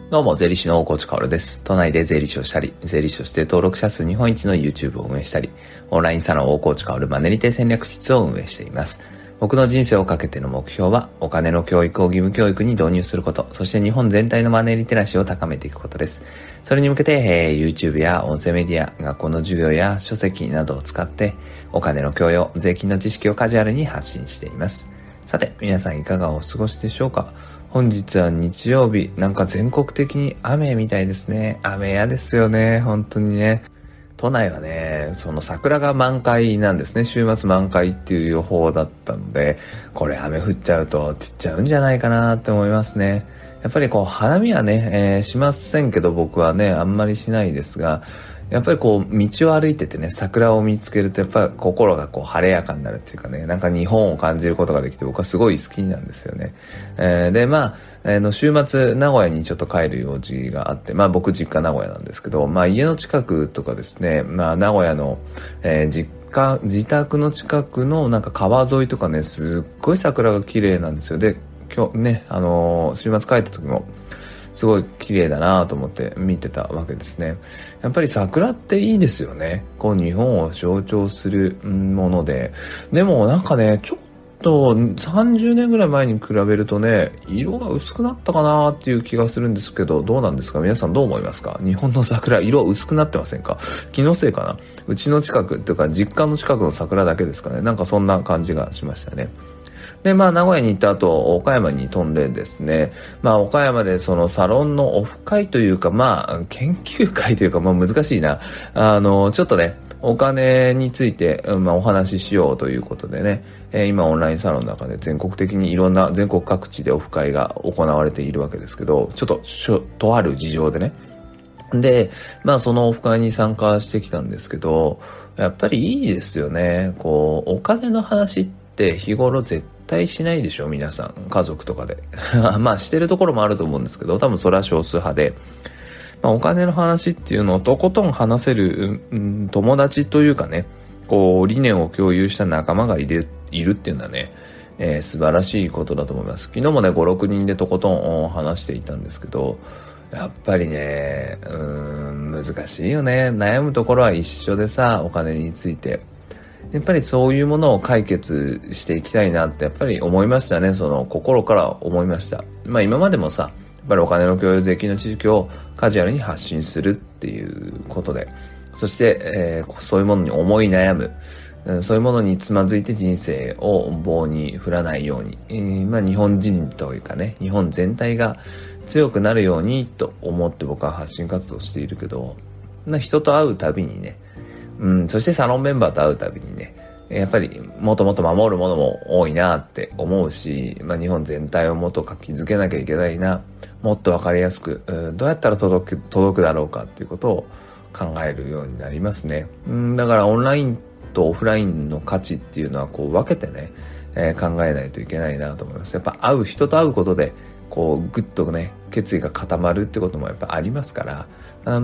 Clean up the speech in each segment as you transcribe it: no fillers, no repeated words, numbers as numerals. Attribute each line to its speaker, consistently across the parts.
Speaker 1: どうも、税理士の大河内薫です。都内で税理士をしたり、税理士として登録者数日本一の YouTube を運営したり、オンラインサロン大河内薫マネリテ戦略室を運営しています。僕の人生をかけての目標は、お金の教育を義務教育に導入すること、そして日本全体のマネーリテラシーを高めていくことです。それに向けて、YouTube や音声メディア、学校の授業や書籍などを使って、お金の教養、税金の知識をカジュアルに発信しています。さて、皆さんいかがお過ごしでしょうか？本日は日曜日、なんか全国的に雨みたいですね。雨嫌ですよね、本当にね。都内はね、その桜が満開なんですね。週末満開っていう予報だったので、これ雨降っちゃうと散っちゃうんじゃないかなって思いますね。やっぱり花見はね、しませんけど僕はね、あんまりしないですが、やっぱり道を歩いててね、桜を見つけるとやっぱり心が晴れやかになるっていうかね、なんか日本を感じることができて僕はすごい好きなんですよね。で、週末名古屋にちょっと帰る用事があって、僕実家名古屋なんですけど、家の近くとかですね、名古屋の、自宅の近くのなんか川沿いとかね、すっごい桜が綺麗なんですよ。で、今日ね、週末帰った時も、すごい綺麗だなと思って見てたわけですね。やっぱり桜っていいですよね。日本を象徴するもので。でもなんかね、ちょっと30年ぐらい前に比べるとね、色が薄くなったかなっていう気がするんですけど、どうなんですか？皆さんどう思いますか？日本の桜、色薄くなってませんか？気のせいかな？うちの近くというか実家の近くの桜だけですかね。なんかそんな感じがしましたね。で、名古屋に行った後、岡山に飛んでですね、岡山でそのサロンのオフ会というか、研究会というか、難しいな。ちょっとね、お金について、お話ししようということでね、今オンラインサロンの中で全国的にいろんな全国各地でオフ会が行われているわけですけど、ちょっととある事情でね。で、そのオフ会に参加してきたんですけど、やっぱりいいですよね。お金の話って日頃絶対しないでしょ、皆さん。家族とかで。してるところもあると思うんですけど、多分それは少数派で。お金の話っていうのをとことん話せる、友達というかね、理念を共有した仲間がいるっていうのはね、素晴らしいことだと思います。昨日もね、5、6人でとことん話していたんですけど、やっぱりね、難しいよね。悩むところは一緒でさ、お金について。やっぱりそういうものを解決していきたいなってやっぱり思いましたね。その心から思いました。今までもさ、やっぱりお金の共有、税金の知識をカジュアルに発信するっていうことで、そして、そういうものに思い悩む、そういうものにつまずいて人生を棒に振らないように、日本人というかね、日本全体が強くなるようにと思って僕は発信活動しているけど、人と会うたびにね、そしてサロンメンバーと会うたびにね、やっぱりもっともっと守るものも多いなって思うし、日本全体をもっと活気づけなきゃいけないな、もっとわかりやすく、どうやったら届くだろうかっていうことを考えるようになりますね。だからオンラインとオフラインの価値っていうのは分けてね、考えないといけないなと思います。やっぱ人と会うことでぐっとね、決意が固まるってこともやっぱありますから、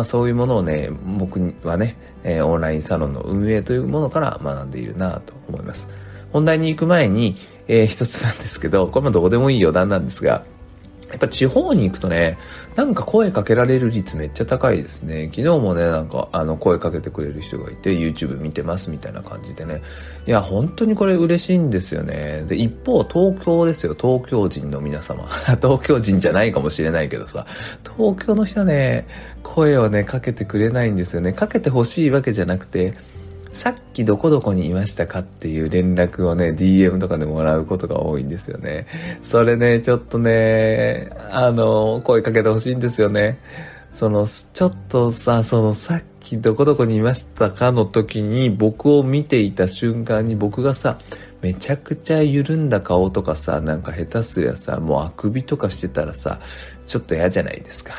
Speaker 1: そういうものをね、僕はね、オンラインサロンの運営というものから学んでいるなと思います。本題に行く前に、一つなんですけど、これもどうでもいい余談なんですが、やっぱ地方に行くとね、なんか声かけられる率めっちゃ高いですね。昨日もね、なんか声かけてくれる人がいて、YouTube 見てますみたいな感じでね。いや、本当にこれ嬉しいんですよね。で、一方、東京ですよ。東京人の皆様。東京人じゃないかもしれないけどさ、東京の人はね、声をね、かけてくれないんですよね。かけてほしいわけじゃなくて、さっきどこどこにいましたかっていう連絡をね、DM とかでもらうことが多いんですよね。それね、ちょっとね、声かけてほしいんですよね。ちょっとさ、さっきどこどこにいましたかの時に僕を見ていた瞬間に僕がさ、めちゃくちゃ緩んだ顔とかさ、なんか下手すりゃさ、もうあくびとかしてたらさ、ちょっと嫌じゃないですか。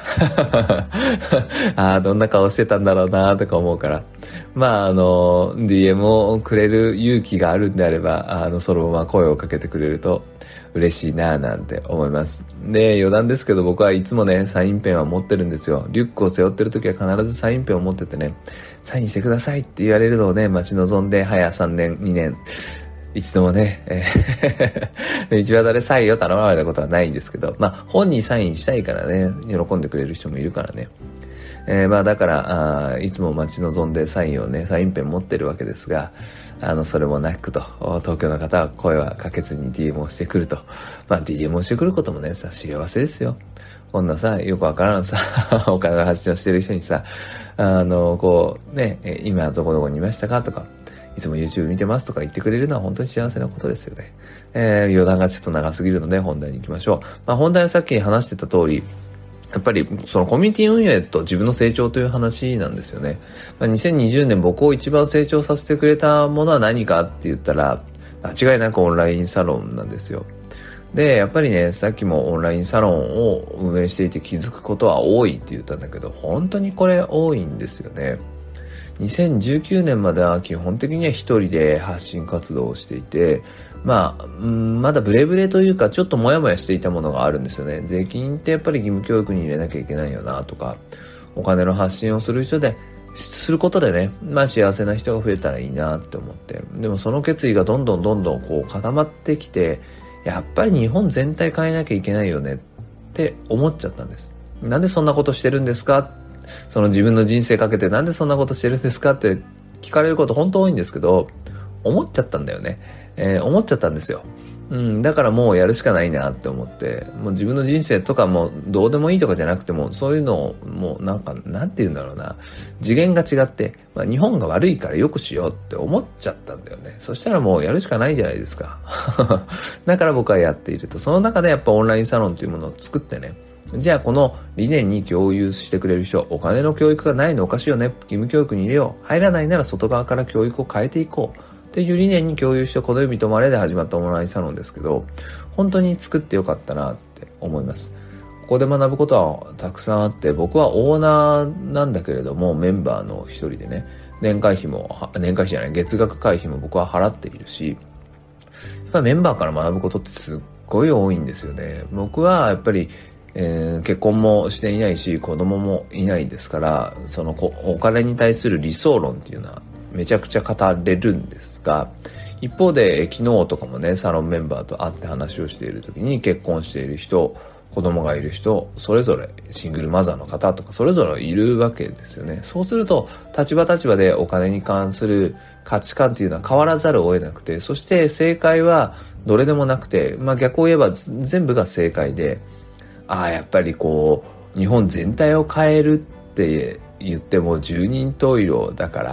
Speaker 1: どんな顔してたんだろうなとか思うから。DM をくれる勇気があるんであれば、そのまま声をかけてくれると嬉しいななんて思います。で、余談ですけど僕はいつもね、サインペンは持ってるんですよ。リュックを背負ってる時は必ずサインペンを持っててね、サインしてくださいって言われるのをね、待ち望んで、早3年、2年、 一度もね、道端でサインを頼まれたことはないんですけど、本にサインしたいからね、喜んでくれる人もいるからね。だからいつも待ち望んでサインをね、サインペン持ってるわけですが、それもなくと、東京の方は声はかけずに DM をしてくると。DM をしてくることもね、幸せですよ。こんなさ、よくわからんさ、お金の発信をしてる人にさ、今どこどこにいましたかとか、いつも YouTube 見てますとか言ってくれるのは本当に幸せなことですよね。余談がちょっと長すぎるので本題に行きましょう。本題はさっき話してた通り、やっぱりそのコミュニティ運営と自分の成長という話なんですよね。2020年僕を一番成長させてくれたものは何かって言ったら、間違いなくオンラインサロンなんですよ。で、やっぱりね、さっきもオンラインサロンを運営していて気づくことは多いって言ったんだけど、本当にこれ多いんですよね。2019年までは基本的には一人で発信活動をしていて、まだブレブレというかちょっとモヤモヤしていたものがあるんですよね。税金ってやっぱり義務教育に入れなきゃいけないよなとか、お金の発信をするすることでね、幸せな人が増えたらいいなって思って、でもその決意がどんどんこう固まってきて、やっぱり日本全体変えなきゃいけないよねって思っちゃったんです。なんでそんなことしてるんですか？その自分の人生かけてなんでそんなことしてるんですかって聞かれること本当多いんですけど、思っちゃったんだよね。思っちゃったんですよ。だからもうやるしかないなって思って、もう自分の人生とかもどうでもいいとかじゃなくても、そういうのをもうなんて言うんだろうな、次元が違って、日本が悪いから良くしようって思っちゃったんだよね。そしたらもうやるしかないじゃないですか。だから僕はやっていると。その中でやっぱオンラインサロンというものを作ってね、じゃあこの理念に共有してくれる人、お金の教育がないのおかしいよね、義務教育に入れよう、入らないなら外側から教育を変えていこうっていう理念に共有して、この世認まれで始まったオンラインサロンですけど、本当に作ってよかったなって思います。ここで学ぶことはたくさんあって、僕はオーナーなんだけれどもメンバーの一人でね、月額会費も僕は払っているし、やっぱりメンバーから学ぶことってすっごい多いんですよね。僕はやっぱり結婚もしていないし子供もいないですから、そのお金に対する理想論っていうのはめちゃくちゃ語れるんですが、一方で昨日とかもね、サロンメンバーと会って話をしている時に、結婚している人、子供がいる人、それぞれシングルマザーの方とかそれぞれいるわけですよね。そうすると立場でお金に関する価値観っていうのは変わらざるを得なくて、そして正解はどれでもなくて、逆を言えば全部が正解で、やっぱり日本全体を変えるって言っても十人十色だから、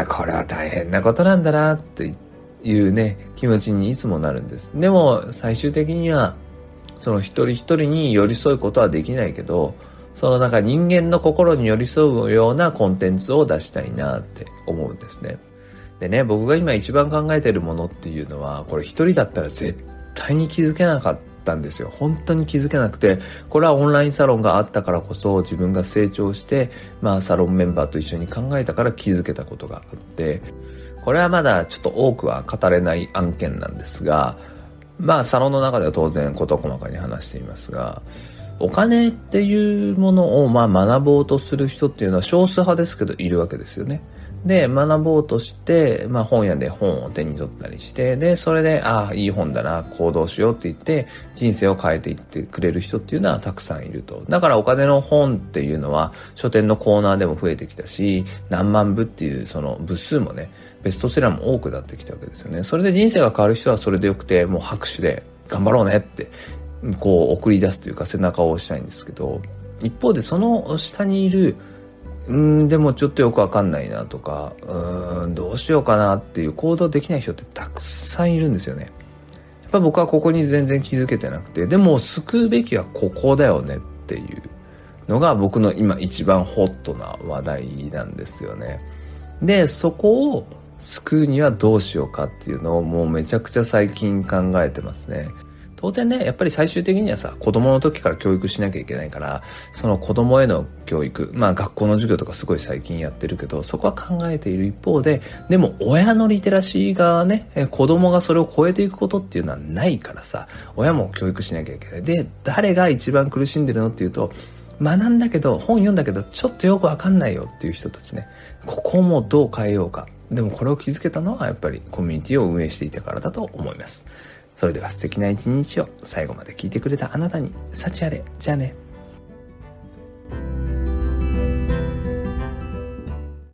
Speaker 1: これは大変なことなんだなっていうね、気持ちにいつもなるんです。でも最終的にはその一人一人に寄り添うことはできないけど、その人間の心に寄り添うようなコンテンツを出したいなって思うんですね。でね、僕が今一番考えているものっていうのは、これ一人だったら絶対に気づけなかったんですよ。本当に気づけなくて、これはオンラインサロンがあったからこそ自分が成長して、サロンメンバーと一緒に考えたから気づけたことがあって、これはまだちょっと多くは語れない案件なんですが、サロンの中では当然事細かに話していますが、お金っていうものを学ぼうとする人っていうのは少数派ですけどいるわけですよね。で、学ぼうとして、本屋で本を手に取ったりして、で、それで、いい本だな、行動しようって言って、人生を変えていってくれる人っていうのはたくさんいると。だからお金の本っていうのは、書店のコーナーでも増えてきたし、何万部っていうその部数もね、ベストセラーも多くなってきたわけですよね。それで人生が変わる人はそれでよくて、もう拍手で、頑張ろうねって、送り出すというか背中を押したいんですけど、一方でその下にいる、でもちょっとよくわかんないなとか、どうしようかなっていう行動できない人ってたくさんいるんですよね。やっぱ僕はここに全然気づけてなくて、でも救うべきはここだよねっていうのが僕の今一番ホットな話題なんですよね。で、そこを救うにはどうしようかっていうのをもうめちゃくちゃ最近考えてますね。当然ね、やっぱり最終的には子供の時から教育しなきゃいけないから、その子供への教育、学校の授業とかすごい最近やってるけど、そこは考えている一方で、でも親のリテラシーがね、子供がそれを超えていくことっていうのはないからさ、親も教育しなきゃいけない。で、誰が一番苦しんでるのっていうと、学んだけど、本読んだけど、ちょっとよくわかんないよっていう人たちね。ここをもうどう変えようか。 でもこれを気づけたのはやっぱりコミュニティを運営していたからだと思います。それでは素敵な一日を最後まで聞いてくれたあなたに幸あれ。じゃあね。